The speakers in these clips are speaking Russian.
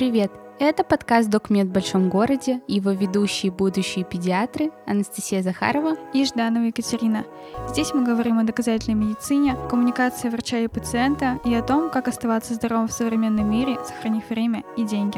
привет! Это подкаст «Докмед в большом городе», его ведущие будущие педиатры Анастасия Захарова и Жданова Екатерина. Здесь мы говорим о доказательной медицине, коммуникации врача и пациента и о том, как оставаться здоровым в современном мире, сохранив время и деньги.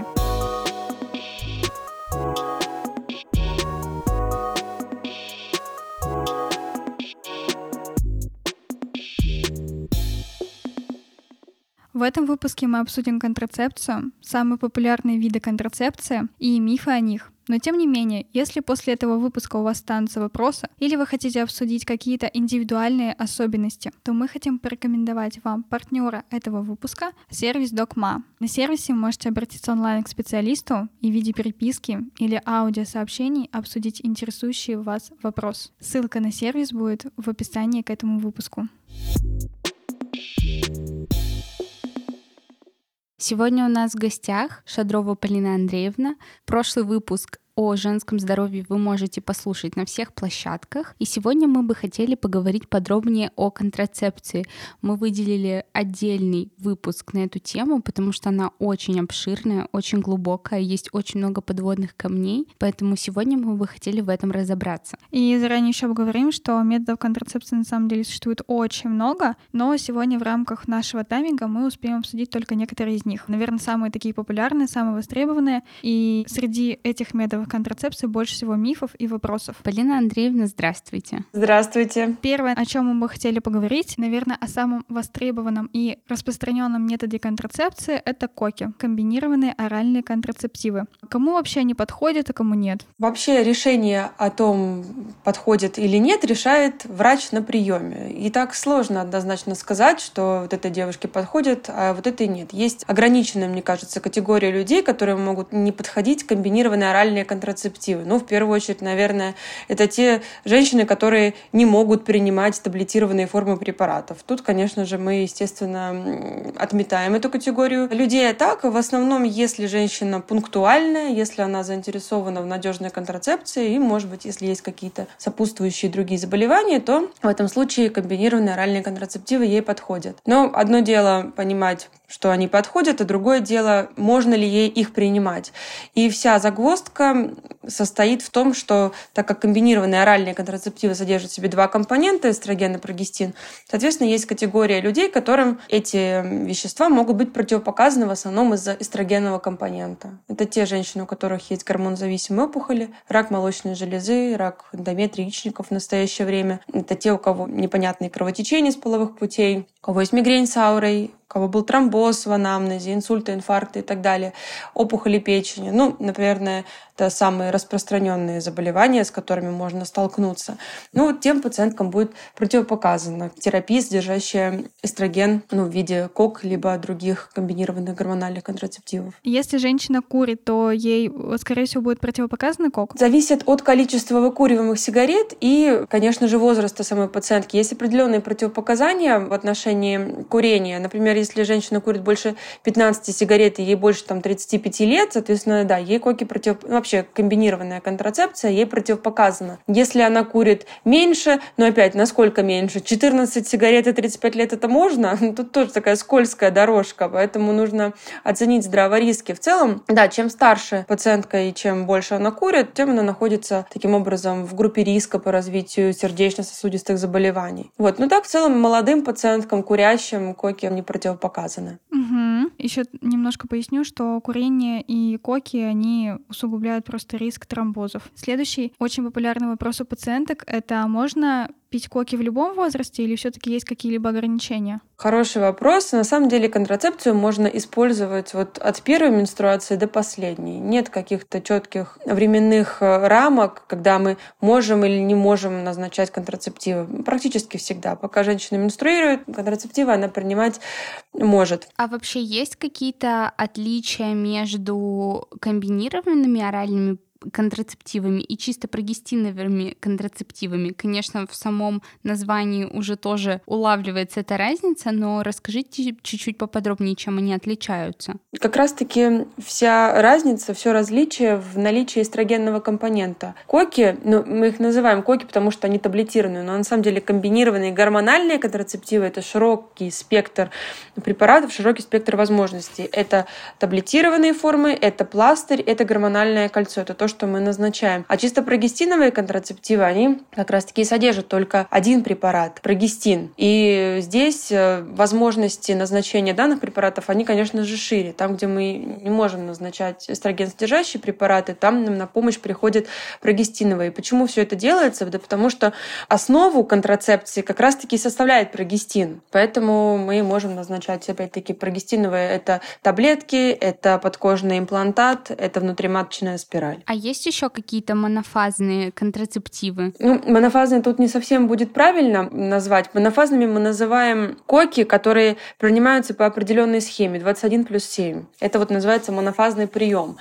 В этом выпуске мы обсудим контрацепцию, самые популярные виды контрацепции и мифы о них. Но тем не менее, если после этого выпуска у вас останутся вопросы или вы хотите обсудить какие-то индивидуальные особенности, то мы хотим порекомендовать вам партнера этого выпуска — сервис DocMa. На сервисе вы можете обратиться онлайн к специалисту и в виде переписки или аудиосообщений обсудить интересующий вас вопрос. Ссылка на сервис будет в описании к этому выпуску. Сегодня у нас в гостях Шадрова Полина Андреевна. Прошлый выпуск о женском здоровье вы можете послушать на всех площадках. И сегодня мы бы хотели поговорить подробнее о контрацепции. Мы выделили отдельный выпуск на эту тему, потому что она очень обширная, очень глубокая, есть очень много подводных камней, поэтому сегодня мы бы хотели в этом разобраться. И заранее еще поговорим, что методов контрацепции на самом деле существует очень много, но сегодня в рамках нашего тайминга мы успеем обсудить только некоторые из них. Наверное, самые такие популярные, самые востребованные, и среди этих методов контрацепции больше всего мифов и вопросов. Полина Андреевна, здравствуйте. Здравствуйте. Первое, о чем мы бы хотели поговорить, наверное, о самом востребованном и распространенном методе контрацепции — это КОКи, комбинированные оральные контрацептивы. Кому вообще они подходят, а кому нет? Вообще решение о том, подходит или нет, решает врач на приеме. И так сложно однозначно сказать, что вот этой девушке подходит, а вот этой нет. Есть ограниченная, мне кажется, категория людей, которые могут не подходить комбинированные оральные контрацептивы. Ну, в первую очередь, наверное, это те женщины, которые не могут принимать таблетированные формы препаратов. Тут, конечно же, мы, естественно, отметаем эту категорию людей. А так, в основном, если женщина пунктуальная, если она заинтересована в надежной контрацепции, и, может быть, если есть какие-то сопутствующие другие заболевания, то в этом случае комбинированные оральные контрацептивы ей подходят. Но одно дело понимать, что они подходят, а другое дело, можно ли ей их принимать. И вся загвоздка состоит в том, что так как комбинированные оральные контрацептивы содержат в себе два компонента, эстроген и прогестин, соответственно, есть категория людей, которым эти вещества могут быть противопоказаны в основном из-за эстрогенного компонента. Это те женщины, у которых есть гормонозависимые опухоли, рак молочной железы, рак эндометрия, яичников в настоящее время. Это те, у кого непонятные кровотечения с половых путей, у кого есть мигрень с аурой, у кого был тромбоз в анамнезе, инсульты, инфаркты и так далее, опухоли печени. Ну, наверное, это самые распространенные заболевания, с которыми можно столкнуться. Ну, вот тем пациенткам будет противопоказана терапия, содержащая эстроген в виде КОК, либо других комбинированных гормональных контрацептивов. Если женщина курит, то ей, скорее всего, будет противопоказан КОК? Зависит от количества выкуриваемых сигарет и, конечно же, возраста самой пациентки. Есть определенные противопоказания в отношении курения. Например, если женщина курит больше 15 сигарет и ей больше 35 лет, соответственно, да, ей КОКи вообще комбинированная контрацепция ей противопоказана. Если она курит меньше, но опять, насколько меньше? 14 сигарет и 35 лет это можно? Тут тоже такая скользкая дорожка, поэтому нужно оценить здраво риски. В целом, да, чем старше пациентка и чем больше она курит, тем она находится таким образом в группе риска по развитию сердечно-сосудистых заболеваний. Вот. Но так в целом молодым пациенткам, курящим, КОКи не противопоказаны. Угу. Еще немножко поясню, что курение и КОКи, они усугубляют просто риск тромбозов. Следующий очень популярный вопрос у пациенток — это можно пить КОКи в любом возрасте или все-таки есть какие-либо ограничения? Хороший вопрос. На самом деле контрацепцию можно использовать от первой менструации до последней. Нет каких-то четких временных рамок, когда мы можем или не можем назначать контрацептивы. Практически всегда. Пока женщина менструирует, контрацептивы она принимать может. А вообще есть какие-то отличия между комбинированными оральными контрацептивами и чисто прогестиновыми контрацептивами. Конечно, в самом названии уже тоже улавливается эта разница, но расскажите чуть-чуть поподробнее, чем они отличаются. Как раз-таки вся разница, все различие в наличии эстрогенного компонента. Коки, мы их называем коки, потому что они таблетированные, но на самом деле комбинированные гормональные контрацептивы — это широкий спектр препаратов, широкий спектр возможностей. Это таблетированные формы, это пластырь, это гормональное кольцо. Это то, что мы назначаем. А чисто прогестиновые контрацептивы, они как раз-таки содержат только один препарат — прогестин. И здесь возможности назначения данных препаратов, они, конечно же, шире. Там, где мы не можем назначать эстрогенсодержащие препараты, там нам на помощь приходят прогестиновые. Почему все это делается? Да потому что основу контрацепции как раз-таки составляет прогестин. Поэтому мы можем назначать, опять-таки, прогестиновые — это таблетки, это подкожный имплантат, это внутриматочная спираль. А есть еще какие-то монофазные контрацептивы? Монофазные тут не совсем будет правильно назвать. Монофазными мы называем коки, которые принимаются по определенной схеме 21+7. Это вот называется монофазный прием.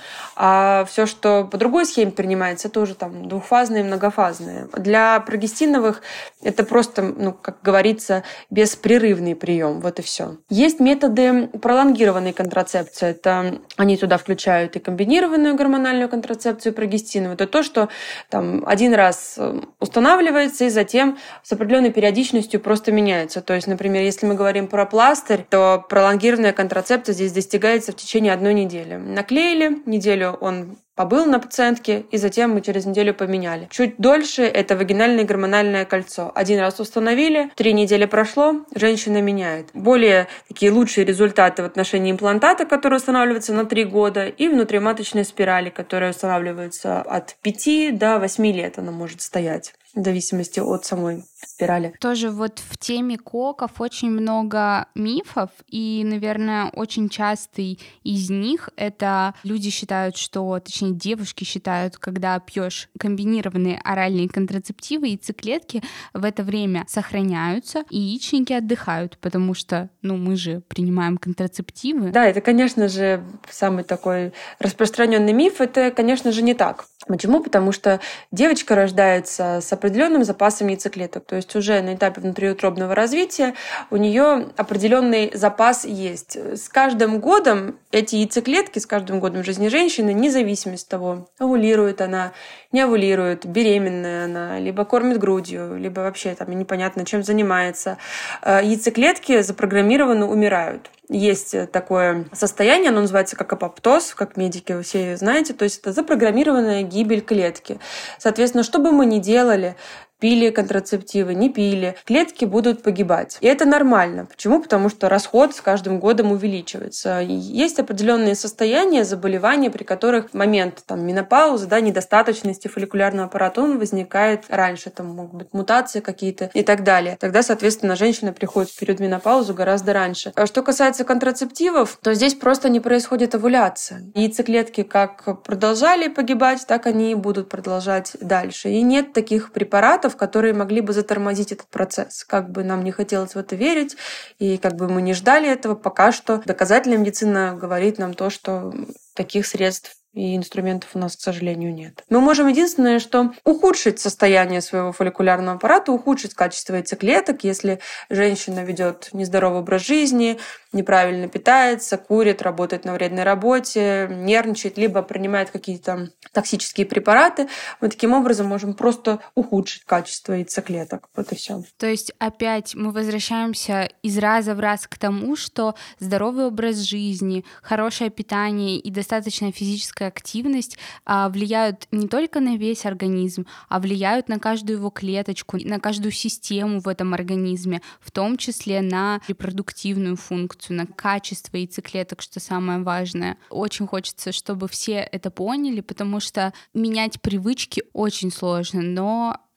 А все, что по другой схеме принимается, это уже там двухфазные, многофазные. Для прогестиновых это просто, как говорится, беспрерывный прием. Вот и все. Есть методы пролонгированной контрацепции. Это они туда включают и комбинированную гормональную контрацепцию, и прогестиновую. Это то, что там один раз устанавливается и затем с определенной периодичностью просто меняется. То есть, например, если мы говорим про пластырь, то пролонгированная контрацепция здесь достигается в течение 1 недели. Наклеили, неделю он побыл на пациентке, и затем мы через неделю поменяли. Чуть дольше — это вагинальное гормональное кольцо. 1 раз установили, 3 недели прошло, женщина меняет. Более такие лучшие результаты в отношении имплантата, который устанавливается на 3 года, и внутриматочной спирали, которая устанавливается от 5 до 8 лет она может стоять, в зависимости от самой спирали. Тоже вот в теме коков очень много мифов, и, наверное, очень частый из них — это люди считают, что, точнее, девушки считают, когда пьешь комбинированные оральные контрацептивы, яйцеклетки в это время сохраняются, и яичники отдыхают, потому что, мы же принимаем контрацептивы. Да, это, конечно же, самый такой распространенный миф. Это, конечно же, не так. Почему? Потому что девочка рождается с определенным запасом яйцеклеток. То есть уже на этапе внутриутробного развития у нее определенный запас есть. С каждым годом эти яйцеклетки, с каждым годом жизни женщины, независимо от того, овулирует она, не овулирует, беременная она, либо кормит грудью, либо вообще там непонятно чем занимается, яйцеклетки запрограммированно умирают. Есть такое состояние, оно называется как апоптоз, как медики вы все знаете, то есть это запрограммированная гибель клетки. Соответственно, что бы мы ни делали, пили контрацептивы, не пили, клетки будут погибать. И это нормально. Почему? Потому что расход с каждым годом увеличивается. И есть определенные состояния, заболевания, при которых в момент менопаузы, недостаточности фолликулярного аппарата, он возникает раньше. Там могут быть мутации какие-то и так далее. Тогда, соответственно, женщина приходит в период менопаузы гораздо раньше. А что касается контрацептивов, то здесь просто не происходит овуляция. Яйцеклетки как продолжали погибать, так они и будут продолжать дальше. И нет таких препаратов, которые могли бы затормозить этот процесс. Как бы нам не хотелось в это верить, и как бы мы не ждали этого, пока что доказательная медицина говорит нам то, что таких средств и инструментов у нас, к сожалению, нет. Мы можем единственное, что ухудшить состояние своего фолликулярного аппарата, ухудшить качество яйцеклеток, если женщина ведет нездоровый образ жизни, неправильно питается, курит, работает на вредной работе, нервничает, либо принимает какие-то токсические препараты. Мы таким образом можем просто ухудшить качество яйцеклеток. Вот и все. То есть опять мы возвращаемся из раза в раз к тому, что здоровый образ жизни, хорошее питание и достаточная физическая активность влияют не только на весь организм, а влияют на каждую его клеточку, на каждую систему в этом организме, в том числе на репродуктивную функцию, на качество яйцеклеток, что самое важное. Очень хочется, чтобы все это поняли, потому что менять привычки очень сложно, но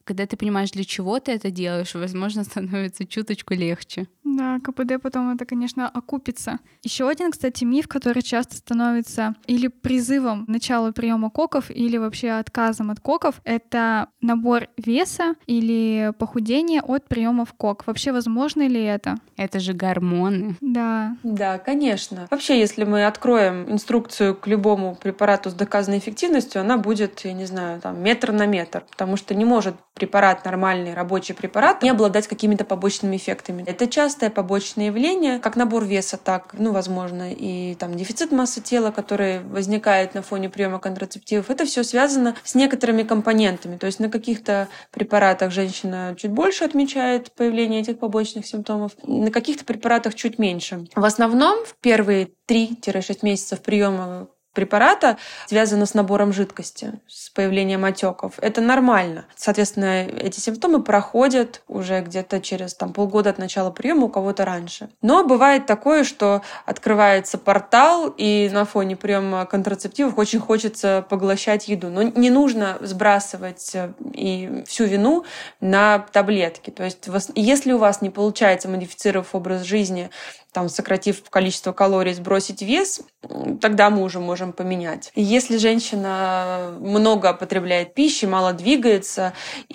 Когда ты понимаешь, для чего ты это делаешь, возможно, становится чуточку легче. Да, КПД потом это, конечно, окупится. Еще один, кстати, миф, который часто становится или призывом к началу приема коков, или вообще отказом от коков, это набор веса или похудение от приемов кок. Вообще, возможно ли это? Это же гормоны. Да. Да, конечно. Вообще, если мы откроем инструкцию к любому препарату с доказанной эффективностью, она будет, я не знаю, там, метр на метр, потому что не может препарат, нормальный рабочий препарат, не обладать какими-то побочными эффектами. Это частое побочное явление, как набор веса, так, возможно, и там дефицит массы тела, который возникает на фоне приема контрацептивов. Это все связано с некоторыми компонентами. То есть на каких-то препаратах женщина чуть больше отмечает появление этих побочных симптомов, на каких-то препаратах чуть меньше. В основном в первые 3-6 месяцев приема препарата связано с набором жидкости, с появлением отеков. Это нормально. Соответственно, эти симптомы проходят уже где-то через полгода от начала приема, у кого-то раньше. Но бывает такое, что открывается портал, и на фоне приема контрацептивов очень хочется поглощать еду. Но не нужно сбрасывать и всю вину на таблетки. То есть, если у вас не получается, модифицировав образ жизни, сократив количество калорий, сбросить вес, тогда мы уже можем поменять. Если женщина много потребляет пищи, мало двигается,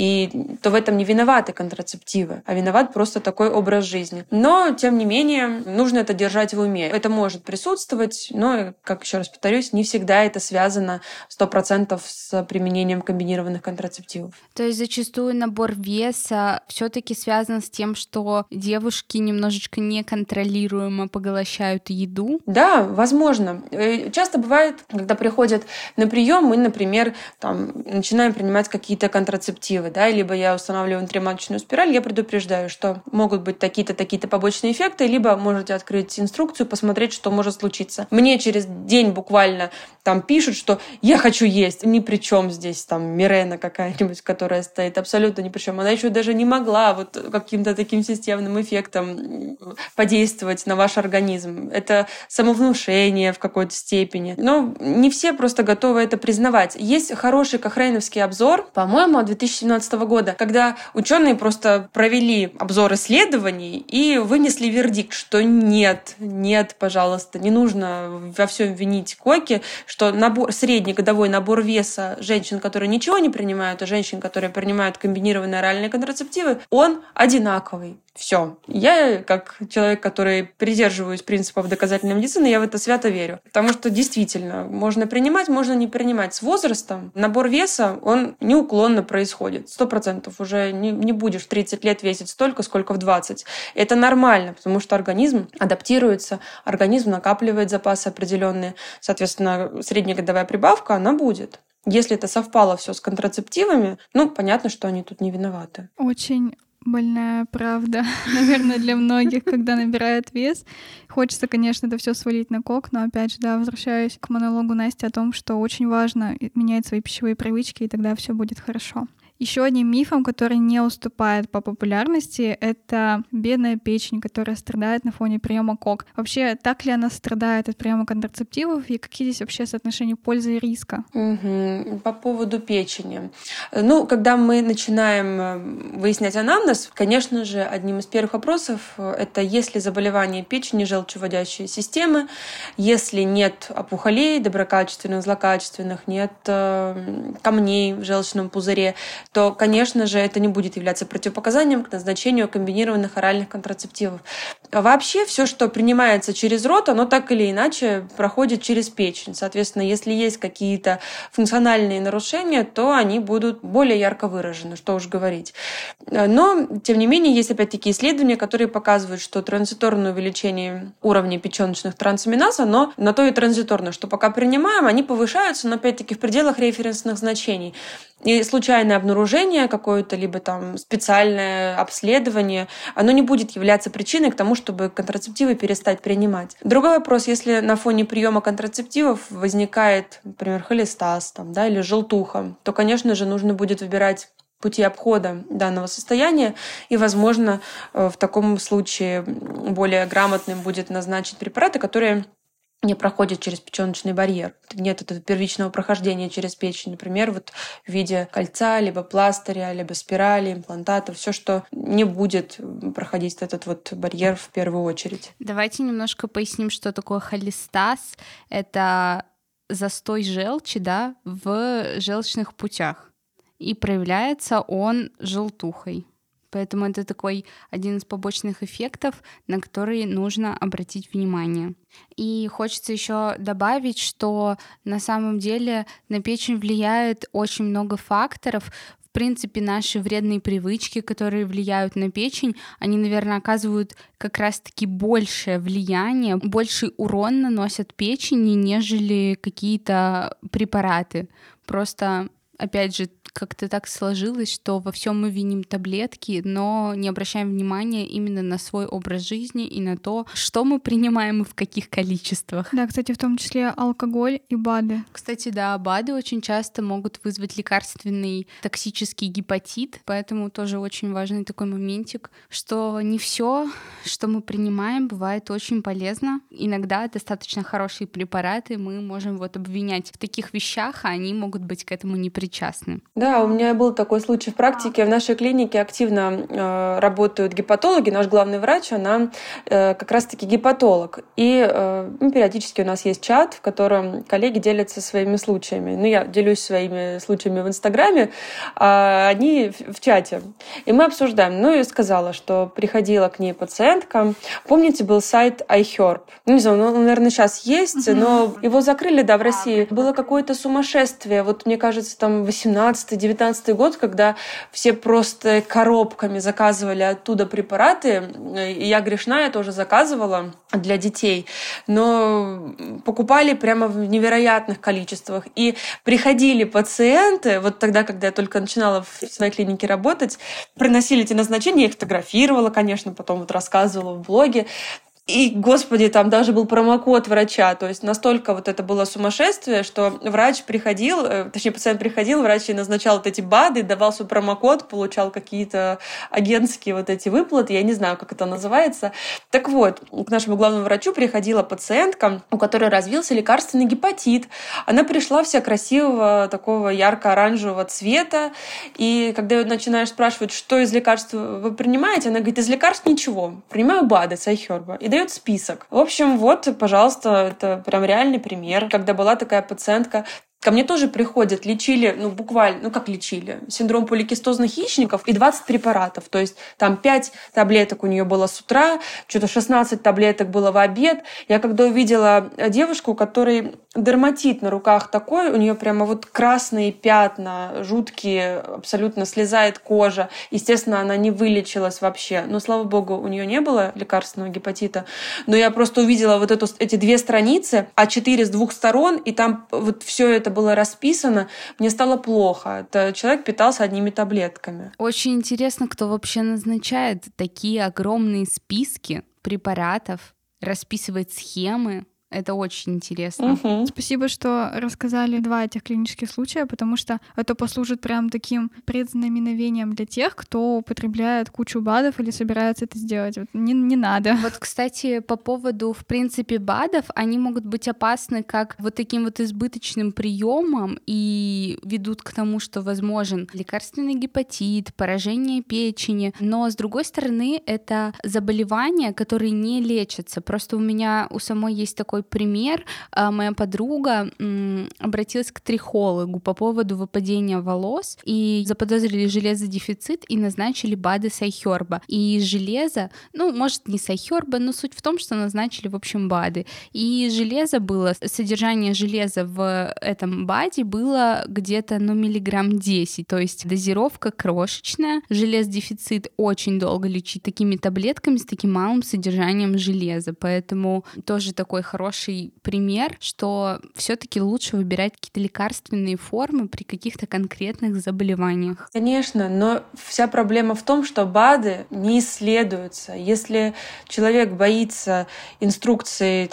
то в этом не виноваты контрацептивы, а виноват просто такой образ жизни. Но, тем не менее, нужно это держать в уме. Это может присутствовать, но, как еще раз повторюсь, не всегда это связано 100% с применением комбинированных контрацептивов. То есть зачастую набор веса все-таки связан с тем, что девушки немножечко неконтролируемо поглощают еду? Да, возможно. Часто бывает, когда приходят на прием, мы, например, начинаем принимать какие-то контрацептивы, да, либо я устанавливаю внутриматочную спираль, я предупреждаю, что могут быть такие-то, такие-то побочные эффекты, либо можете открыть инструкцию, посмотреть, что может случиться. Мне через день буквально пишут, что я хочу есть, ни при чем здесь Мирена какая-нибудь, которая стоит абсолютно ни при чем. Она еще даже не могла каким-то таким системным эффектом подействовать на ваш организм. Это самовнушение в какой-то степени. Но не все просто готовы это признавать. Есть хороший кохрейновский обзор, по-моему, от 2017 года, когда ученые просто провели обзор исследований и вынесли вердикт, что нет, пожалуйста, не нужно во всем винить коки, что средний годовой набор веса женщин, которые ничего не принимают, и женщин, которые принимают комбинированные оральные контрацептивы, он одинаковый. Все. Я, как человек, который придерживаюсь принципов доказательной медицины, я в это свято верю. Потому что действительно, можно принимать, можно не принимать. С возрастом набор веса, он неуклонно происходит. 100%. Уже не будешь в 30 лет весить столько, сколько в 20. Это нормально, потому что организм адаптируется, организм накапливает запасы определенные. Соответственно, среднегодовая прибавка, она будет. Если это совпало все с контрацептивами, понятно, что они тут не виноваты. Очень больная правда, наверное, для многих, когда набирают вес. Хочется, конечно, это все свалить на кок, но опять же, да, возвращаюсь к монологу Насти о том, что очень важно менять свои пищевые привычки, и тогда все будет хорошо. Еще одним мифом, который не уступает по популярности, это бедная печень, которая страдает на фоне приема кок. Вообще, так ли она страдает от приема контрацептивов, и какие здесь вообще соотношения пользы и риска? По поводу печени. Когда мы начинаем выяснять анамнез, конечно же, одним из первых вопросов это есть ли заболевание печени, желчевыводящей системы, если нет опухолей, доброкачественных, злокачественных, нет камней в желчном пузыре, то, конечно же, это не будет являться противопоказанием к назначению комбинированных оральных контрацептивов. Вообще, все, что принимается через рот, оно так или иначе проходит через печень. Соответственно, если есть какие-то функциональные нарушения, то они будут более ярко выражены, что уж говорить. Но, тем не менее, есть опять-таки исследования, которые показывают, что транзиторное увеличение уровня печёночных трансаминаз, оно на то и транзиторно, что пока принимаем, они повышаются, но опять-таки в пределах референсных значений. И случайное обнаружение какое-то, либо специальное обследование, оно не будет являться причиной к тому, чтобы контрацептивы перестать принимать. Другой вопрос, если на фоне приема контрацептивов возникает, например, холестаз или желтуха, то, конечно же, нужно будет выбирать пути обхода данного состояния, и, возможно, в таком случае более грамотным будет назначить препараты, которые не проходит через печёночный барьер. Нет этого первичного прохождения через печень, например, вот в виде кольца, либо пластыря, либо спирали, имплантатов, все, что не будет проходить этот вот барьер в первую очередь. Давайте немножко поясним, что такое холестаз. Это застой желчи, да, в желчных путях. И проявляется он желтухой. Поэтому это такой один из побочных эффектов, на который нужно обратить внимание. И хочется еще добавить, что на самом деле на печень влияет очень много факторов. В принципе, наши вредные привычки, которые влияют на печень, они, наверное, оказывают как раз-таки большее влияние, больший урон наносят печени, нежели какие-то препараты. Просто, опять же, как-то так сложилось, что во всем мы виним таблетки, но не обращаем внимания именно на свой образ жизни и на то, что мы принимаем и в каких количествах. Да, кстати, в том числе алкоголь и БАДы. Кстати, да, БАДы очень часто могут вызвать лекарственный токсический гепатит, поэтому тоже очень важный такой моментик, что не все, что мы принимаем, бывает очень полезно. Иногда достаточно хорошие препараты мы можем вот обвинять в таких вещах, а они могут быть к этому непричастны. Да, у меня был такой случай в практике. В нашей клинике активно работают гепатологи. Наш главный врач, она как раз-таки гепатолог. И периодически у нас есть чат, в котором коллеги делятся своими случаями. Ну, я делюсь своими случаями в Инстаграме, а они в чате. И мы обсуждаем. Ну, и сказала, что приходила к ней пациентка. Помните, был сайт iHerb? Ну, не знаю, он, наверное, сейчас есть, но его закрыли, да, в России. Было какое-то сумасшествие. Вот, мне кажется, там 18-19 год, когда все просто коробками заказывали оттуда препараты. И я грешная, тоже заказывала для детей. Но покупали прямо в невероятных количествах. И приходили пациенты, вот тогда, когда я только начинала в своей клинике работать, приносили эти назначения, я их фотографировала, конечно, потом вот рассказывала в блоге. И, господи, там даже был промокод врача, то есть настолько вот это было сумасшествие, что врач приходил, точнее, пациент приходил, врач ей назначал вот эти БАДы, давал свой промокод, получал какие-то агентские вот эти выплаты, я не знаю, как это называется. Так вот, к нашему главному врачу приходила пациентка, у которой развился лекарственный гепатит. Она пришла вся красивого, такого ярко-оранжевого цвета, и когда ее начинаешь спрашивать, что из лекарств вы принимаете, она говорит, из лекарств ничего, принимаю БАДы с iHerb. И дает список. В общем, вот, пожалуйста, это прям реальный пример, когда была такая пациентка. Ко мне тоже приходят, лечили, буквально, как лечили, синдром поликистозных яичников и 20 препаратов. То есть там 5 таблеток у нее было с утра, что-то 16 таблеток было в обед. Я когда увидела девушку, у которой дерматит на руках такой, у нее прямо вот красные пятна, жуткие, абсолютно слезает кожа. Естественно, она не вылечилась вообще. Но, слава богу, у нее не было лекарственного гепатита. Но я просто увидела вот эти 2 страницы, А4 с 2 сторон, и там вот все это было расписано, мне стало плохо. Это человек питался одними таблетками. Очень интересно, кто вообще назначает такие огромные списки препаратов, расписывает схемы. Это очень интересно. Спасибо, что рассказали 2 этих клинических случая, потому что это послужит прям таким предзнаменовением для тех, кто употребляет кучу БАДов или собирается это сделать. Вот не надо. Вот, кстати, по поводу, в принципе, БАДов, они могут быть опасны как вот таким вот избыточным приемом и ведут к тому, что возможен лекарственный гепатит, поражение печени. Но, с другой стороны, это заболевания, которые не лечатся. Просто у самой есть такой пример. Моя подруга обратилась к трихологу по поводу выпадения волос и заподозрили железодефицит и назначили БАДы с iHerb. И железо, может, не с iHerb, но суть в том, что назначили, в общем, БАДы. И содержание железа в этом БАДе было где-то, миллиграмм 10, то есть дозировка крошечная. Железодефицит очень долго лечить такими таблетками с таким малым содержанием железа, поэтому тоже такой хороший пример, что все-таки лучше выбирать какие-то лекарственные формы при каких-то конкретных заболеваниях. Конечно, но вся проблема в том, что БАДы не исследуются. Если человек боится инструкции,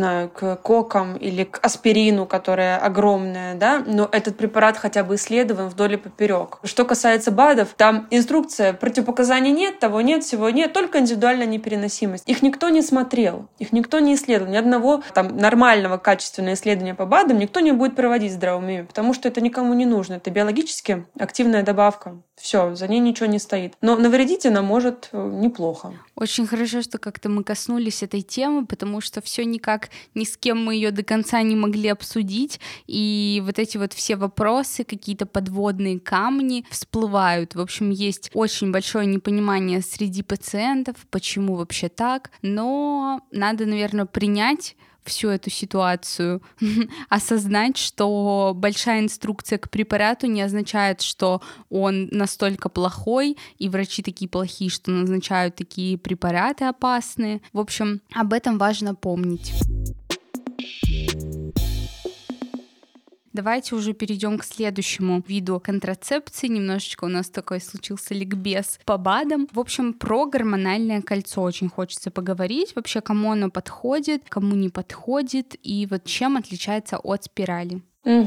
к кокам или к аспирину, которая огромная, но этот препарат хотя бы исследован вдоль и поперек. Что касается БАДов, там инструкция, противопоказаний нет, того нет, всего нет, только индивидуальная непереносимость. Их никто не смотрел, их никто не исследовал. Ни одного там нормального качественного исследования по БАДам никто не будет проводить здравым умом, потому что это никому не нужно. Это биологически активная добавка. Все, за ней ничего не стоит. Но навредить она может неплохо. Очень хорошо, что как-то мы коснулись этой темы, потому что все никак ни с кем мы ее до конца не могли обсудить, и вот эти вот все вопросы, какие-то подводные камни всплывают. В общем, есть очень большое непонимание среди пациентов, почему вообще так, но надо, наверное, принять всю эту ситуацию, осознать, что большая инструкция к препарату не означает, что он настолько плохой, и врачи такие плохие, что назначают такие препараты опасные. В общем, об этом важно помнить. Давайте уже перейдем к следующему виду контрацепции. Немножечко у нас такой случился ликбез по БАДам. В общем, про гормональное кольцо очень хочется поговорить. Вообще, кому оно подходит, кому не подходит, и вот чем отличается от спирали.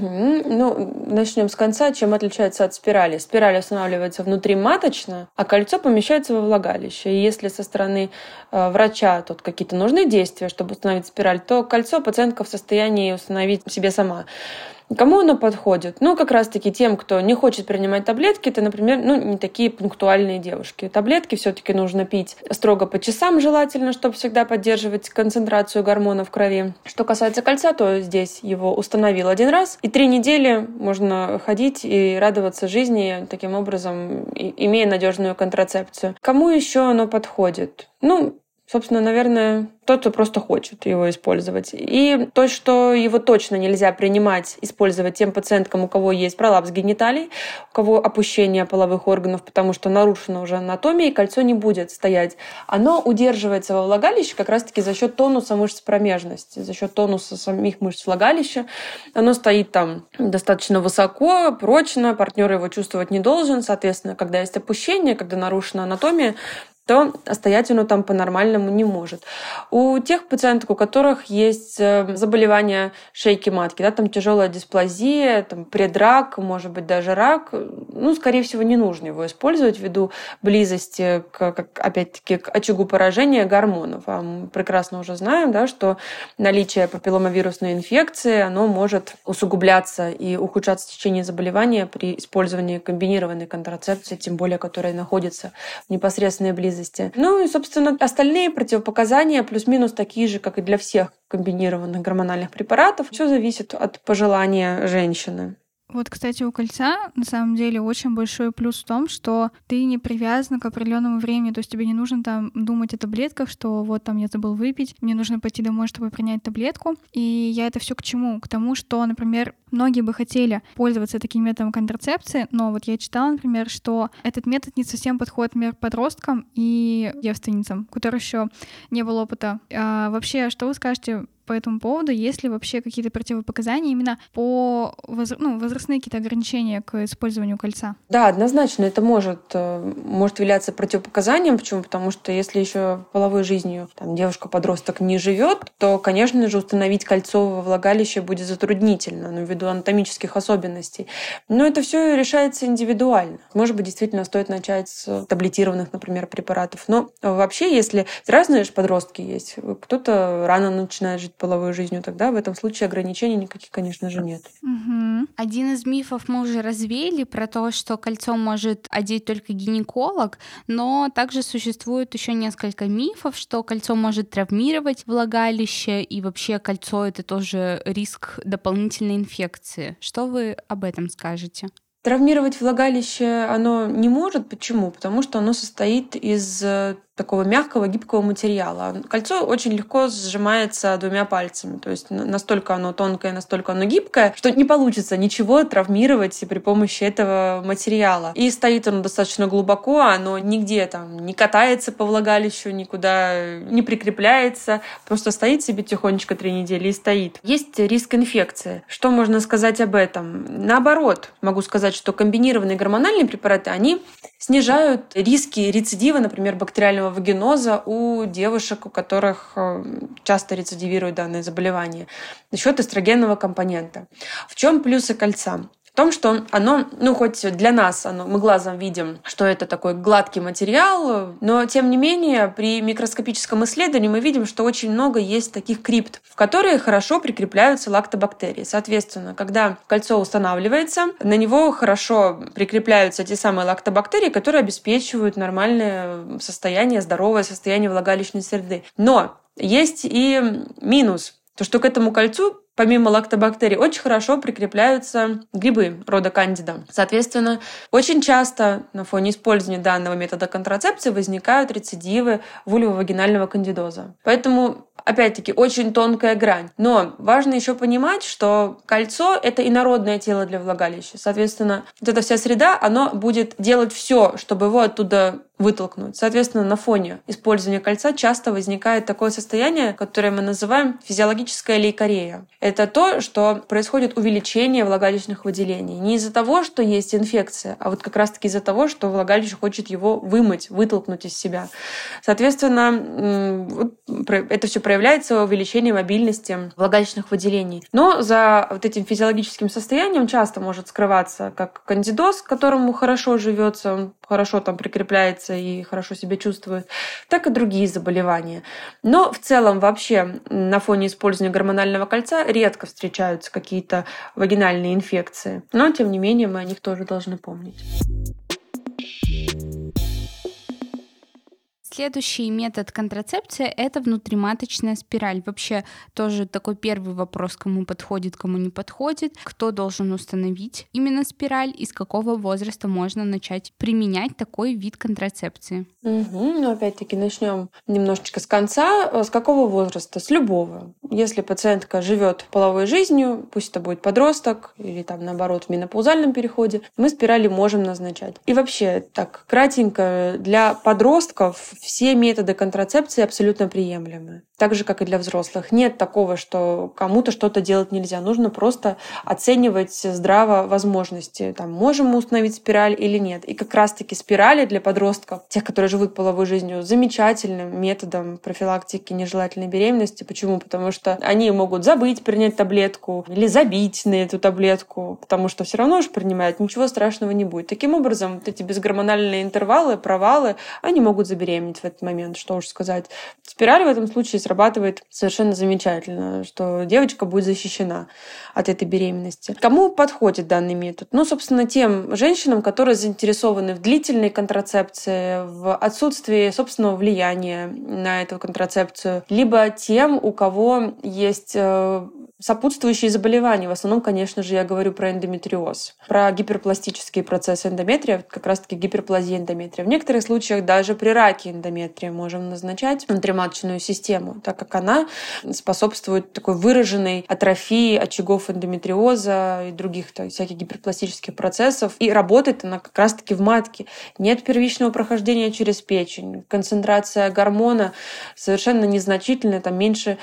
Ну, начнем с конца. Чем отличается от спирали? Спираль устанавливается внутриматочно, а кольцо помещается во влагалище. И если со стороны врача тут какие-то нужны действия, чтобы установить спираль, то кольцо пациентка в состоянии установить себе сама. Кому оно подходит? Ну, как раз-таки тем, кто не хочет принимать таблетки, это, например, не такие пунктуальные девушки. Таблетки все-таки нужно пить строго по часам желательно, чтобы всегда поддерживать концентрацию гормонов в крови. Что касается кольца, то здесь его установил один раз, и 3 недели можно ходить и радоваться жизни, таким образом, имея надежную контрацепцию. Кому еще оно подходит? Собственно, наверное, тот, кто просто хочет его использовать. И то, что его точно нельзя принимать, использовать тем пациенткам, у кого есть пролапс гениталий, у кого опущение половых органов, потому что нарушена уже анатомия, и кольцо не будет стоять. Оно удерживается во влагалище как раз-таки за счет тонуса мышц промежности, за счет тонуса самих мышц влагалища. Оно стоит там достаточно высоко, прочно, партнер его чувствовать не должен. Соответственно, когда есть опущение, когда нарушена анатомия, то стоять оно там по-нормальному не может. У тех пациенток, у которых есть заболевания шейки матки, там тяжелая дисплазия, там предрак, может быть, даже рак, скорее всего, не нужно его использовать ввиду близости, опять-таки, к очагу поражения гормонов. А мы прекрасно уже знаем, что наличие папилломавирусной инфекции, оно может усугубляться и ухудшаться в течение заболевания при использовании комбинированной контрацепции, тем более, которая находится в непосредственной близости. И, собственно, остальные противопоказания плюс-минус такие же, как и для всех комбинированных гормональных препаратов. Все зависит от пожелания женщины. Вот, кстати, у кольца на самом деле очень большой плюс в том, что ты не привязан к определенному времени, то есть тебе не нужно там думать о таблетках, что вот там я забыл выпить, мне нужно пойти домой, чтобы принять таблетку. И я это все к чему? К тому, что, например, многие бы хотели пользоваться таким методом контрацепции, но вот я читала, например, что этот метод не совсем подходит, например, подросткам и девственницам, у которых еще не было опыта. А вообще, что вы скажете по этому поводу, есть ли вообще какие-то противопоказания именно по возрастные какие-то ограничения к использованию кольца? Да, однозначно это может являться противопоказанием. Почему? Потому что если еще половой жизнью девушка-подросток не живет, то, конечно же, установить кольцо во влагалище будет затруднительно, ввиду анатомических особенностей. Но это все решается индивидуально. Может быть, действительно стоит начать с таблетированных, например, препаратов. Но вообще, если разные же подростки есть, кто-то рано начинает жить половой жизнью, тогда в этом случае ограничений никаких, конечно же, нет. Угу. Один из мифов мы уже развеяли про то, что кольцо может одеть только гинеколог, но также существует еще несколько мифов, что кольцо может травмировать влагалище, и вообще кольцо — это тоже риск дополнительной инфекции. Что вы об этом скажете? Травмировать влагалище оно не может. Почему? Потому что оно состоит из такого мягкого, гибкого материала. Кольцо очень легко сжимается 2 пальцами. То есть настолько оно тонкое, настолько оно гибкое, что не получится ничего травмировать при помощи этого материала. И стоит оно достаточно глубоко, оно нигде не катается по влагалищу, никуда не прикрепляется, просто стоит себе тихонечко 3 недели и стоит. Есть риск инфекции. Что можно сказать об этом? Наоборот, могу сказать, что комбинированные гормональные препараты, они снижают риски рецидива, например, бактериального вагиноза у девушек, у которых часто рецидивируют данное заболевание, за счет эстрогенного компонента. В чем плюсы кольца? том, что оно, хоть для нас, мы глазом видим, что это такой гладкий материал, но тем не менее при микроскопическом исследовании мы видим, что очень много есть таких крипт, в которые хорошо прикрепляются лактобактерии. Соответственно, когда кольцо устанавливается, на него хорошо прикрепляются те самые лактобактерии, которые обеспечивают нормальное состояние, здоровое состояние влагалищной среды. Но есть и минус, то что к этому кольцу помимо лактобактерий очень хорошо прикрепляются грибы рода кандида. Соответственно, очень часто на фоне использования данного метода контрацепции возникают рецидивы вульвовагинального кандидоза. Поэтому, опять-таки, очень тонкая грань. Но важно еще понимать, что кольцо — это инородное тело для влагалища. Соответственно, вот эта вся среда, она будет делать все, чтобы его оттуда вытолкнуть. Соответственно, на фоне использования кольца часто возникает такое состояние, которое мы называем физиологическая лейкорея. Это то, что происходит увеличение влагалищных выделений. Не из-за того, что есть инфекция, а вот как раз-таки из-за того, что влагалище хочет его вымыть, вытолкнуть из себя. Соответственно, это все проявляется увеличением мобильности влагалищных выделений. Но за вот этим физиологическим состоянием часто может скрываться как кандидоз, которому хорошо живется, он хорошо там прикрепляется и хорошо себя чувствует, так и другие заболевания. Но в целом вообще на фоне использования гормонального кольца редко встречаются какие-то вагинальные инфекции. Но, тем не менее, мы о них тоже должны помнить. Следующий метод контрацепции — это внутриматочная спираль. Вообще тоже такой первый вопрос, кому подходит, кому не подходит, кто должен установить именно спираль и с какого возраста можно начать применять такой вид контрацепции. Ну, опять-таки, начнем немножечко с конца. С какого возраста? С любого. Если пациентка живет половой жизнью, пусть это будет подросток или там наоборот в менопаузальном переходе, мы спирали можем назначать. И вообще, так, кратенько, для подростков все методы контрацепции абсолютно приемлемы. Так же, как и для взрослых. Нет такого, что кому-то что-то делать нельзя. Нужно просто оценивать здраво возможности. Там, можем мы установить спираль или нет. И как раз-таки спирали для подростков, тех, которые живут половой жизнью, замечательным методом профилактики нежелательной беременности. Почему? Потому что они могут забыть принять таблетку или забить на эту таблетку, потому что все равно же принимают, ничего страшного не будет. Таким образом, вот эти безгормональные интервалы, провалы, они могут забеременеть в этот момент, что уж сказать. Спираль в этом случае срабатывает совершенно замечательно, что девочка будет защищена от этой беременности. Кому подходит данный метод? Собственно, тем женщинам, которые заинтересованы в длительной контрацепции, в отсутствии собственного влияния на эту контрацепцию, либо тем, у кого есть сопутствующие заболевания. В основном, конечно же, я говорю про эндометриоз, про гиперпластические процессы эндометрия, как раз-таки гиперплазия эндометрия. В некоторых случаях даже при раке эндометрия можем назначать внутриматочную систему, так как она способствует такой выраженной атрофии очагов эндометриоза и других всяких гиперпластических процессов. И работает она как раз-таки в матке. Нет первичного прохождения через печень. Концентрация гормона совершенно незначительная, там меньше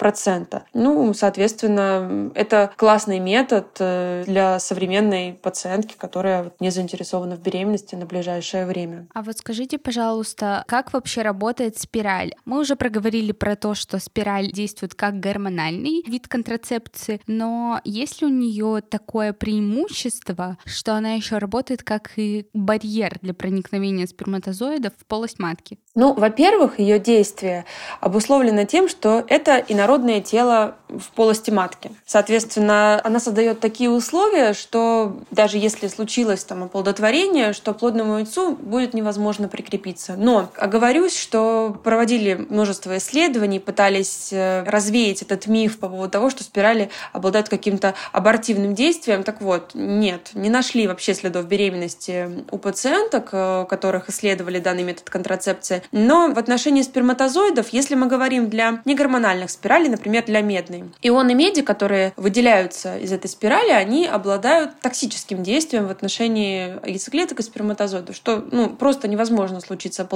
1%. Соответственно, это классный метод для современной пациентки, которая не заинтересована в беременности на ближайшее время. А вот скажите, пожалуйста, как вообще работает спираль? Мы уже проговорили про то, что спираль действует как гормональный вид контрацепции, но есть ли у нее такое преимущество, что она еще работает как и барьер для проникновения сперматозоидов в полость матки? Во-первых, ее действие обусловлено тем, что это инородное тело в полости матки. Соответственно, она создает такие условия, что даже если случилось оплодотворение, что плодному яйцу будет невозможно прикрепиться. Но оговорюсь, что проводили множество исследований, пытались развеять этот миф по поводу того, что спирали обладают каким-то абортивным действием. Так вот, нет, не нашли вообще следов беременности у пациенток, которых исследовали данный метод контрацепции. Но в отношении сперматозоидов, если мы говорим для негормональных спиралей, например, для медной, ионы меди, которые выделяются из этой спирали, они обладают токсическим действием в отношении яйцеклеток и сперматозоидов, что просто невозможно случиться оплодотворение.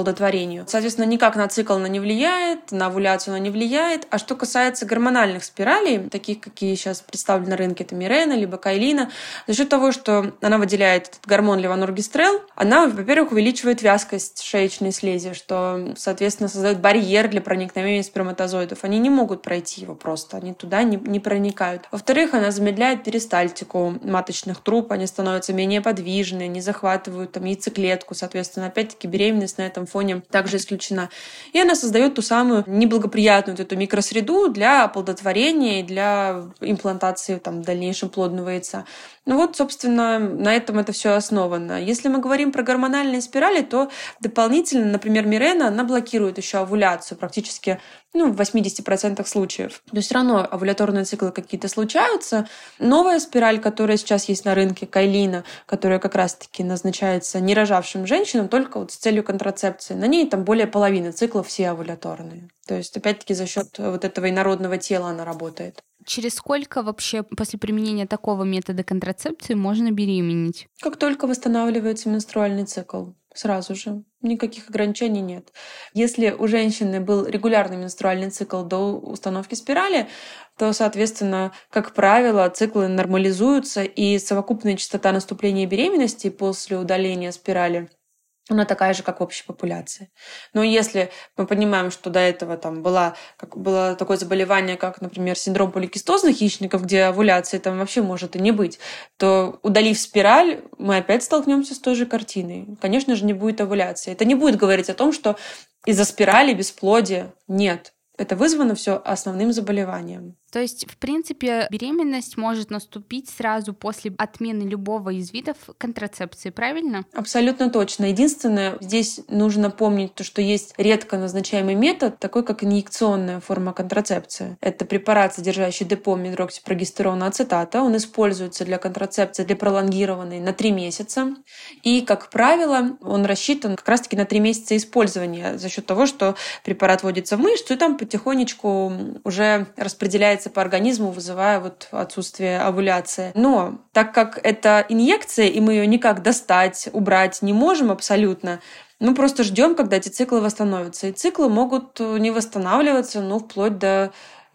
удалению. Соответственно, никак на цикл она не влияет, на овуляцию она не влияет. А что касается гормональных спиралей, таких, какие сейчас представлены на рынке, это Мирена, либо Кайлина, за счет того, что она выделяет этот гормон левоноргестрел, она, во-первых, увеличивает вязкость шеечной слизи, что, соответственно, создает барьер для проникновения сперматозоидов. Они не могут пройти его просто, они туда не проникают. Во-вторых, она замедляет перистальтику маточных труб, они становятся менее подвижные, не захватывают там яйцеклетку, соответственно, опять-таки беременность на этом фоне также исключена. И она создает ту самую неблагоприятную вот эту микросреду для оплодотворения и для имплантации там, в дальнейшем плодного яйца. Ну вот, собственно, на этом это все основано. Если мы говорим про гормональные спирали, то дополнительно, например, Мирена, она блокирует еще овуляцию практически в 80% случаев. То есть все равно овуляторные циклы какие-то случаются. Новая спираль, которая сейчас есть на рынке, Кайлина, которая как раз-таки назначается нерожавшим женщинам только вот с целью контрацепции, на ней там более половины циклов все овуляторные. То есть, опять-таки, за счет вот этого инородного тела она работает. Через сколько вообще после применения такого метода контрацепции можно беременеть? Как только восстанавливается менструальный цикл. Сразу же. Никаких ограничений нет. Если у женщины был регулярный менструальный цикл до установки спирали, то, соответственно, как правило, циклы нормализуются, и совокупная частота наступления беременности после удаления спирали она такая же, как в общей популяции. Но если мы понимаем, что до этого там было такое заболевание, как, например, синдром поликистозных яичников, где овуляции там вообще может и не быть, то, удалив спираль, мы опять столкнемся с той же картиной. Конечно же, не будет овуляции. Это не будет говорить о том, что из-за спирали бесплодие. Нет. Это вызвано все основным заболеванием. То есть, в принципе, беременность может наступить сразу после отмены любого из видов контрацепции, правильно? Абсолютно точно. Единственное, здесь нужно помнить то, что есть редко назначаемый метод, такой как инъекционная форма контрацепции. Это препарат, содержащий депо медроксипрогестерона ацетата. Он используется для контрацепции, для пролонгированной на 3 месяца. И, как правило, он рассчитан как раз-таки на 3 месяца использования за счет того, что препарат вводится в мышцу и там потихонечку уже распределяется по организму, вызывая вот отсутствие овуляции. Но так как это инъекция, и мы ее никак достать, убрать не можем абсолютно, мы просто ждем, когда эти циклы восстановятся. И циклы могут не восстанавливаться, вплоть до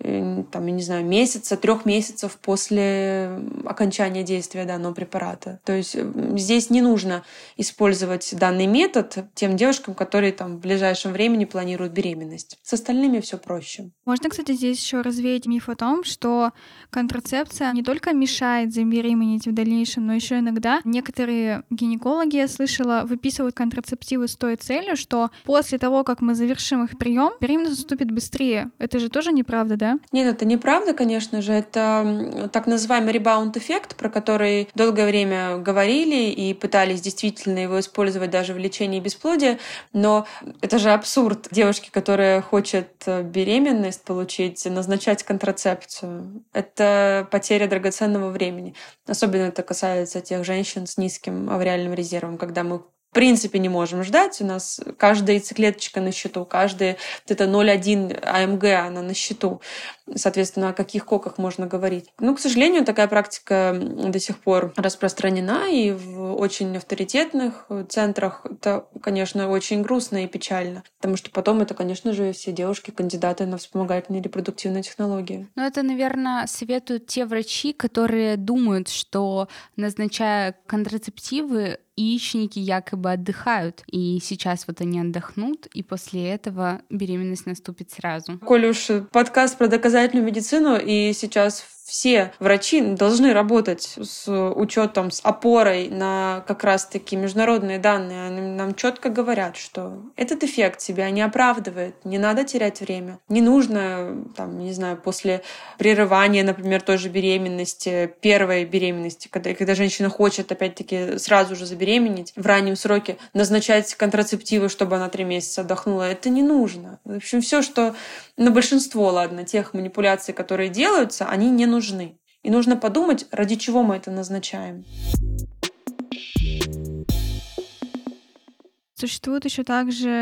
месяца, 3 месяцев после окончания действия данного препарата. То есть здесь не нужно использовать данный метод тем девушкам, которые в ближайшем времени планируют беременность. С остальными все проще. Можно, кстати, здесь еще развеять миф о том, что контрацепция не только мешает забеременеть в дальнейшем, но еще иногда некоторые гинекологи, я слышала, выписывают контрацептивы с той целью, что после того, как мы завершим их прием, беременность наступит быстрее. Это же тоже неправда, да? Нет, это неправда, конечно же. Это так называемый ребаунд-эффект, про который долгое время говорили и пытались действительно его использовать даже в лечении бесплодия. Но это же абсурд. Девушке, которая хочет беременность получить, назначать контрацепцию. Это потеря драгоценного времени. Особенно это касается тех женщин с низким овариальным резервом, когда мы в принципе не можем ждать. У нас каждая яйцеклеточка на счету, каждая это 0,1 АМГ, она на счету. Соответственно, о каких коках можно говорить. К сожалению, такая практика до сих пор распространена и в очень авторитетных центрах. Это, конечно, очень грустно и печально, потому что потом это, конечно же, все девушки кандидаты на вспомогательные репродуктивные технологии. Это, наверное, советуют те врачи, которые думают, что, назначая контрацептивы, яичники якобы отдыхают, и сейчас вот они отдохнут, и после этого беременность наступит сразу. Коль уж подкаст про доказательную медицину, и сейчас все врачи должны работать с учетом, с опорой на как раз-таки международные данные. Они нам четко говорят, что этот эффект себя не оправдывает, не надо терять время. Не нужно, после прерывания, например, той же беременности, первой беременности, когда женщина хочет, опять-таки, сразу же забеременеть, в раннем сроке назначать контрацептивы, чтобы она 3 месяца отдохнула. Это не нужно. В общем, все, что большинство, тех манипуляций, которые делаются, они не нужны. И нужно подумать, ради чего мы это назначаем. Существуют еще также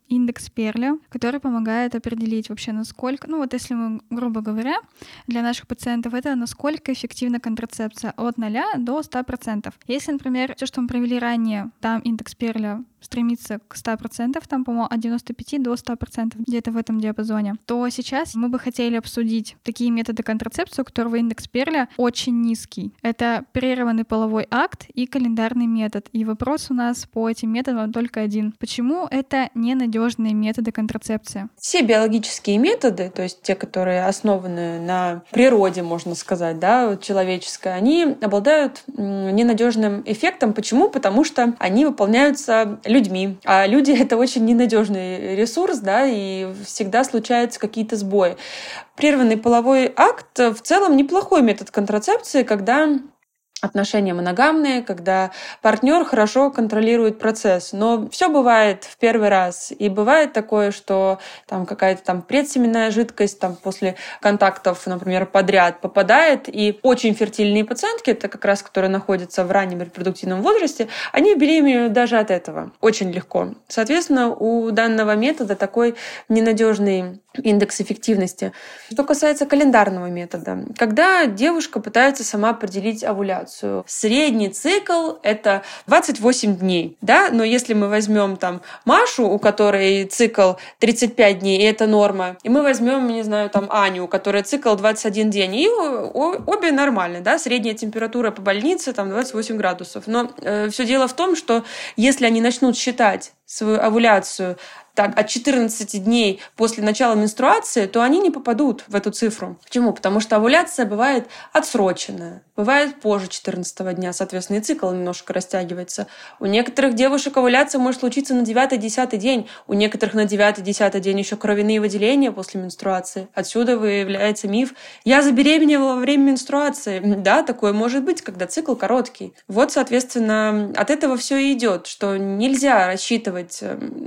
индекс Перля, который помогает определить вообще, насколько, если мы, грубо говоря, для наших пациентов это насколько эффективна контрацепция от 0 до 100%. Если, например, все, что мы провели ранее, там индекс Перля стремится к 100%, там, по-моему, от 95 до 100%, где-то в этом диапазоне, то сейчас мы бы хотели обсудить такие методы контрацепции, у которого индекс Перля очень низкий. Это прерванный половой акт и календарный метод. И вопрос у нас по этим методам только один. Почему это ненадежные методы контрацепции? Все биологические методы, то есть те, которые основаны на природе, можно сказать, да, человеческой, они обладают ненадежным эффектом. Почему? Потому что они выполняются людьми. А люди — это очень ненадежный ресурс, да, и всегда случаются какие-то сбои. Прерванный половой акт в целом неплохой метод контрацепции, когда отношения моногамные, когда партнер хорошо контролирует процесс. Но все бывает в первый раз. И бывает такое, что там какая-то там предсеменная жидкость там, после контактов, например, подряд попадает. И очень фертильные пациентки, это как раз которые находятся в раннем репродуктивном возрасте, они беременеют даже от этого. Очень легко. Соответственно, у данного метода такой ненадежный индекс эффективности. Что касается календарного метода, когда девушка пытается сама определить овуляцию, средний цикл — это 28 дней, да, но если мы возьмем там Машу, у которой цикл 35 дней, и это норма, и мы возьмем, не знаю, там Аню, у которой цикл 21 день, и обе нормальные, да, средняя температура по больнице там 28 градусов. Но все дело в том, что если они начнут считать свою овуляцию так, от 14 дней после начала менструации, то они не попадут в эту цифру. Почему? Потому что овуляция бывает отсроченная, бывает позже 14 дня, соответственно, и цикл немножко растягивается. У некоторых девушек овуляция может случиться на 9-10 день, у некоторых на 9-10 день еще кровяные выделения после менструации. Отсюда выявляется миф «я забеременела во время менструации». Да, такое может быть, когда цикл короткий. Вот, соответственно, от этого все и идет, что нельзя рассчитывать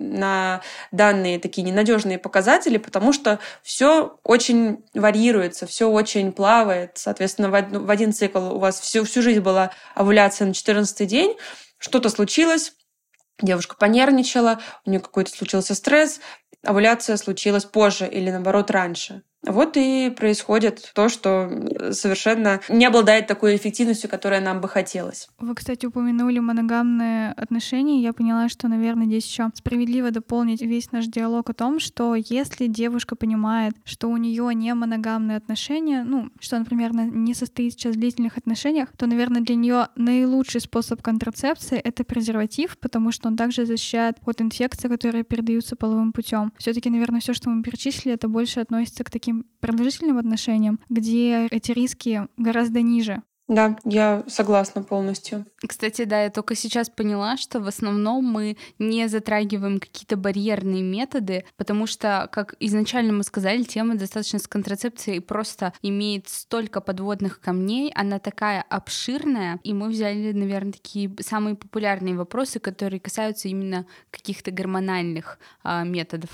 на данные такие ненадежные показатели, потому что все очень варьируется, все очень плавает. Соответственно, в один цикл у вас всю жизнь была овуляция на 14 день, что-то случилось, девушка понервничала, у нее какой-то случился стресс, овуляция случилась позже или, наоборот, раньше. Вот и происходит то, что совершенно не обладает такой эффективностью, которая нам бы хотелось. Вы, кстати, упомянули моногамные отношения. Я поняла, что, наверное, здесь еще справедливо дополнить весь наш диалог о том, что если девушка понимает, что у нее не моногамные отношения, что, например, она не состоит сейчас в длительных отношениях, то, наверное, для нее наилучший способ контрацепции — это презерватив, потому что он также защищает от инфекций, которые передаются половым путем. Все-таки, наверное, все, что мы перечислили, это больше относится к таким продолжительным отношениям, где эти риски гораздо ниже. Да, я согласна полностью. Кстати, да, я только сейчас поняла, что в основном мы не затрагиваем какие-то барьерные методы, потому что, как изначально мы сказали, тема достаточно с контрацепцией просто имеет столько подводных камней, она такая обширная, и мы взяли, наверное, такие самые популярные вопросы, которые касаются именно каких-то гормональных методов.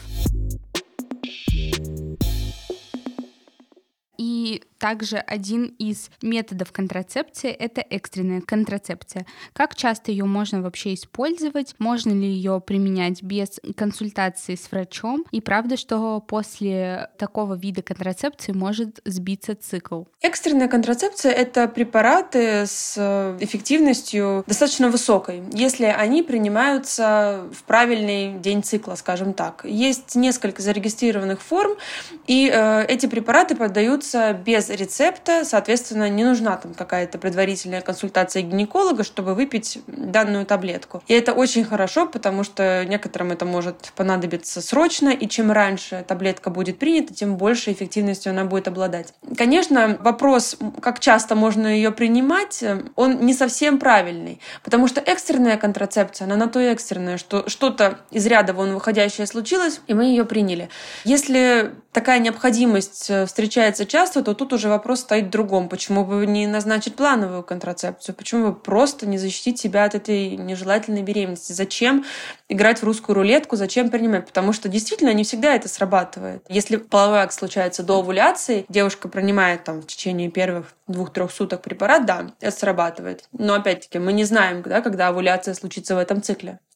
И также один из методов контрацепции — это экстренная контрацепция. Как часто ее можно вообще использовать? Можно ли ее применять без консультации с врачом? И правда, что после такого вида контрацепции может сбиться цикл? Экстренная контрацепция — это препараты с эффективностью достаточно высокой, если они принимаются в правильный день цикла, скажем так. Есть несколько зарегистрированных форм, и эти препараты поддаются без рецепта, соответственно, не нужна там какая-то предварительная консультация гинеколога, чтобы выпить данную таблетку. И это очень хорошо, потому что некоторым это может понадобиться срочно, и чем раньше таблетка будет принята, тем больше эффективностью она будет обладать. Конечно, вопрос, как часто можно ее принимать, он не совсем правильный, потому что экстренная контрацепция, она на то и экстренная, что что-то из ряда вон выходящее случилось, и мы ее приняли. Если такая необходимость встречается часто, то тут уже вопрос стоит в другом. Почему бы не назначить плановую контрацепцию? Почему бы просто не защитить себя от этой нежелательной беременности? Зачем играть в русскую рулетку? Зачем принимать? Потому что действительно не всегда это срабатывает. Если половой акт случается до овуляции, девушка принимает там в течение первых 2-3 суток препарат, да, это срабатывает. Но опять-таки мы не знаем, когда овуляция случится в этом цикле.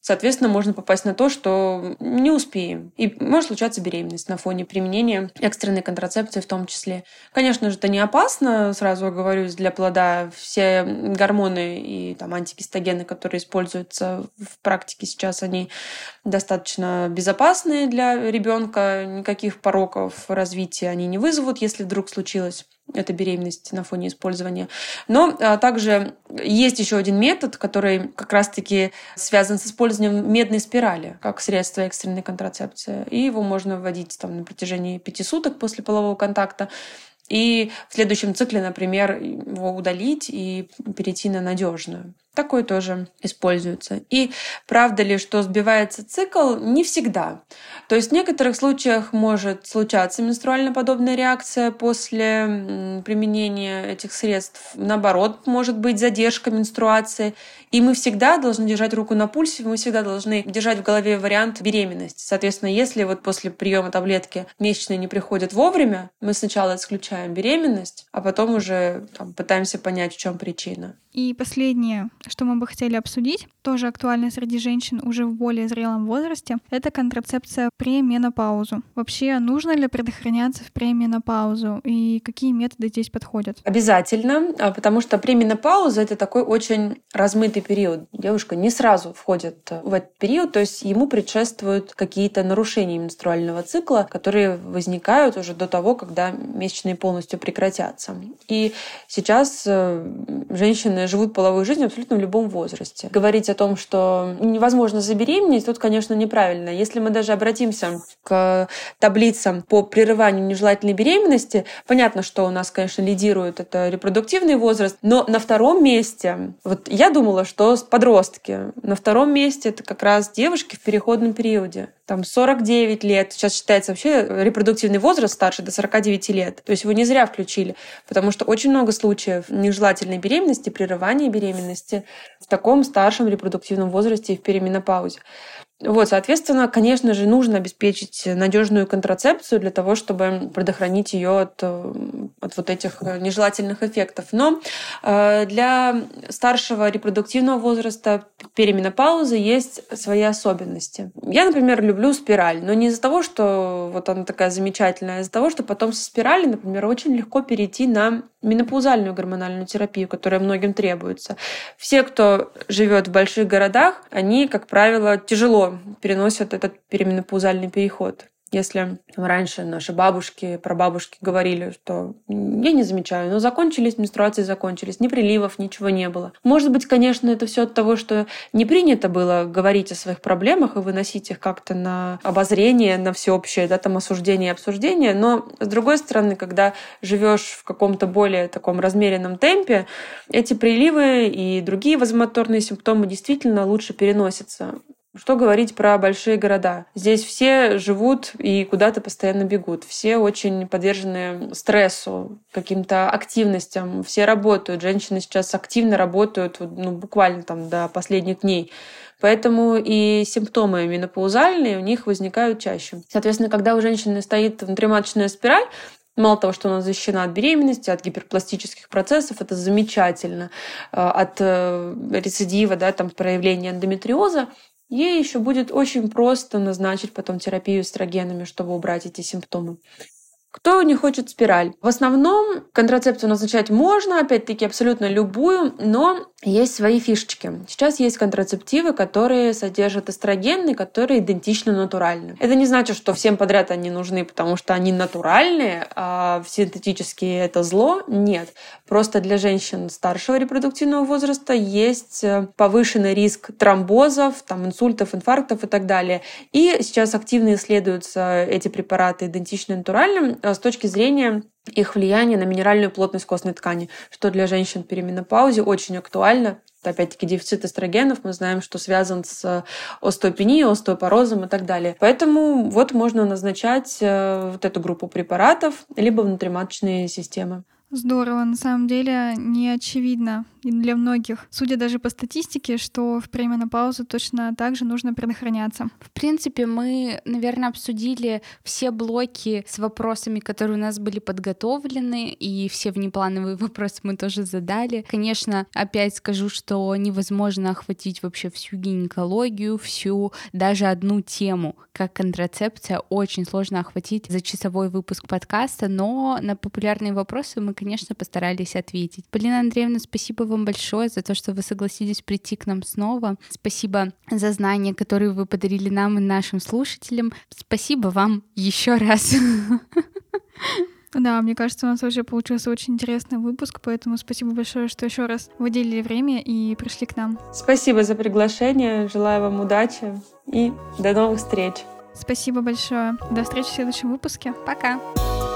Соответственно, можно попасть на то, что не успеем. И может случаться беременность на фоне применения экстренной контрацепции в том числе. Конечно же, это не опасно, сразу оговорюсь, для плода. Все гормоны и антигистогены, которые используются в практике сейчас, они достаточно безопасные для ребенка. Никаких пороков развития они не вызовут, если вдруг случилось эта беременность на фоне использования. Но также есть еще один метод, который как раз-таки связан с использованием медной спирали как средство экстренной контрацепции. И его можно вводить на протяжении 5 суток после полового контакта. И в следующем цикле, например, его удалить и перейти на надежную. Такое тоже используется. И правда ли, что сбивается цикл? Не всегда. То есть в некоторых случаях может случаться менструально-подобная реакция после применения этих средств. Наоборот, может быть задержка менструации. И мы всегда должны держать руку на пульсе, мы всегда должны держать в голове вариант беременности. Соответственно, если после приема таблетки месячные не приходят вовремя, мы сначала исключаем беременность, а потом уже пытаемся понять, в чем причина. И последнее, что мы бы хотели обсудить, тоже актуально среди женщин уже в более зрелом возрасте, это контрацепция в пременопаузу. Вообще, нужно ли предохраняться в пременопаузу и какие методы здесь подходят? Обязательно, потому что пременопауза — это такой очень размытый период. Девушка не сразу входит в этот период, то есть ему предшествуют какие-то нарушения менструального цикла, которые возникают уже до того, когда месячные полностью прекратятся. И сейчас женщины живут половой жизнью абсолютно в любом возрасте. Говорить о том, что невозможно забеременеть, тут, конечно, неправильно. Если мы даже обратимся к таблицам по прерыванию нежелательной беременности, понятно, что у нас, конечно, лидирует это репродуктивный возраст, но на втором месте, я думала, что подростки, на втором месте это как раз девушки в переходном периоде. 49 лет. Сейчас считается вообще репродуктивный возраст старше до 49 лет. То есть его не зря включили, потому что очень много случаев нежелательной беременности, прерывания беременности в таком старшем репродуктивном возрасте и в переменопаузе. Соответственно, конечно же, нужно обеспечить надежную контрацепцию для того, чтобы предохранить ее от этих нежелательных эффектов. Но для старшего репродуктивного возраста переменопаузы есть свои особенности. Я, например, люблю спираль, но не из-за того, что она такая замечательная, а из-за того, что потом со спирали, например, очень легко перейти на менопаузальную гормональную терапию, которая многим требуется. Все, кто живет в больших городах, они, как правило, тяжело переносят этот переменопаузальный переход. Если раньше наши бабушки, прабабушки говорили, что я не замечаю, но закончились менструации, закончились, ни приливов, ничего не было. Может быть, конечно, это все от того, что не принято было говорить о своих проблемах и выносить их как-то на обозрение, на всеобщее, осуждение и обсуждение. Но, с другой стороны, когда живешь в каком-то более таком размеренном темпе, эти приливы и другие вазомоторные симптомы действительно лучше переносятся. Что говорить про большие города? Здесь все живут и куда-то постоянно бегут. Все очень подвержены стрессу, каким-то активностям. Все работают. Женщины сейчас активно работают, буквально до последних дней. Поэтому и симптомы менопаузальные у них возникают чаще. Соответственно, когда у женщины стоит внутриматочная спираль, мало того, что она защищена от беременности, от гиперпластических процессов, это замечательно, от рецидива, проявления эндометриоза, ей еще будет очень просто назначить потом терапию эстрогенами, чтобы убрать эти симптомы. Кто не хочет спираль? В основном контрацепцию назначать можно, опять-таки, абсолютно любую, но есть свои фишечки. Сейчас есть контрацептивы, которые содержат эстрогены, которые идентичны натуральным. Это не значит, что всем подряд они нужны, потому что они натуральные, а синтетические — это зло. Нет. Просто для женщин старшего репродуктивного возраста есть повышенный риск тромбозов, инсультов, инфарктов и так далее. И сейчас активно исследуются эти препараты, идентичны натуральным, с точки зрения их влияния на минеральную плотность костной ткани, что для женщин в переменопаузе очень актуально. Опять-таки, дефицит эстрогенов мы знаем, что связан с остеопенией, остеопорозом и так далее. Поэтому можно назначать эту группу препаратов, либо внутриматочные системы. Здорово, на самом деле не очевидно и для многих, судя даже по статистике, что в пременопаузу точно так же нужно предохраняться. В принципе, мы, наверное, обсудили все блоки с вопросами, которые у нас были подготовлены, и все внеплановые вопросы мы тоже задали. Конечно, опять скажу, что невозможно охватить вообще всю гинекологию, всю даже одну тему, как контрацепция, очень сложно охватить за часовой выпуск подкаста, но на популярные вопросы мы, конечно, постарались ответить. Полина Андреевна, спасибо вам большое за то, что вы согласились прийти к нам снова. Спасибо за знания, которые вы подарили нам и нашим слушателям. Спасибо вам еще раз. Да, мне кажется, у нас вообще получился очень интересный выпуск, поэтому спасибо большое, что еще раз выделили время и пришли к нам. Спасибо за приглашение, желаю вам удачи и до новых встреч. Спасибо большое. До встречи в следующем выпуске. Пока!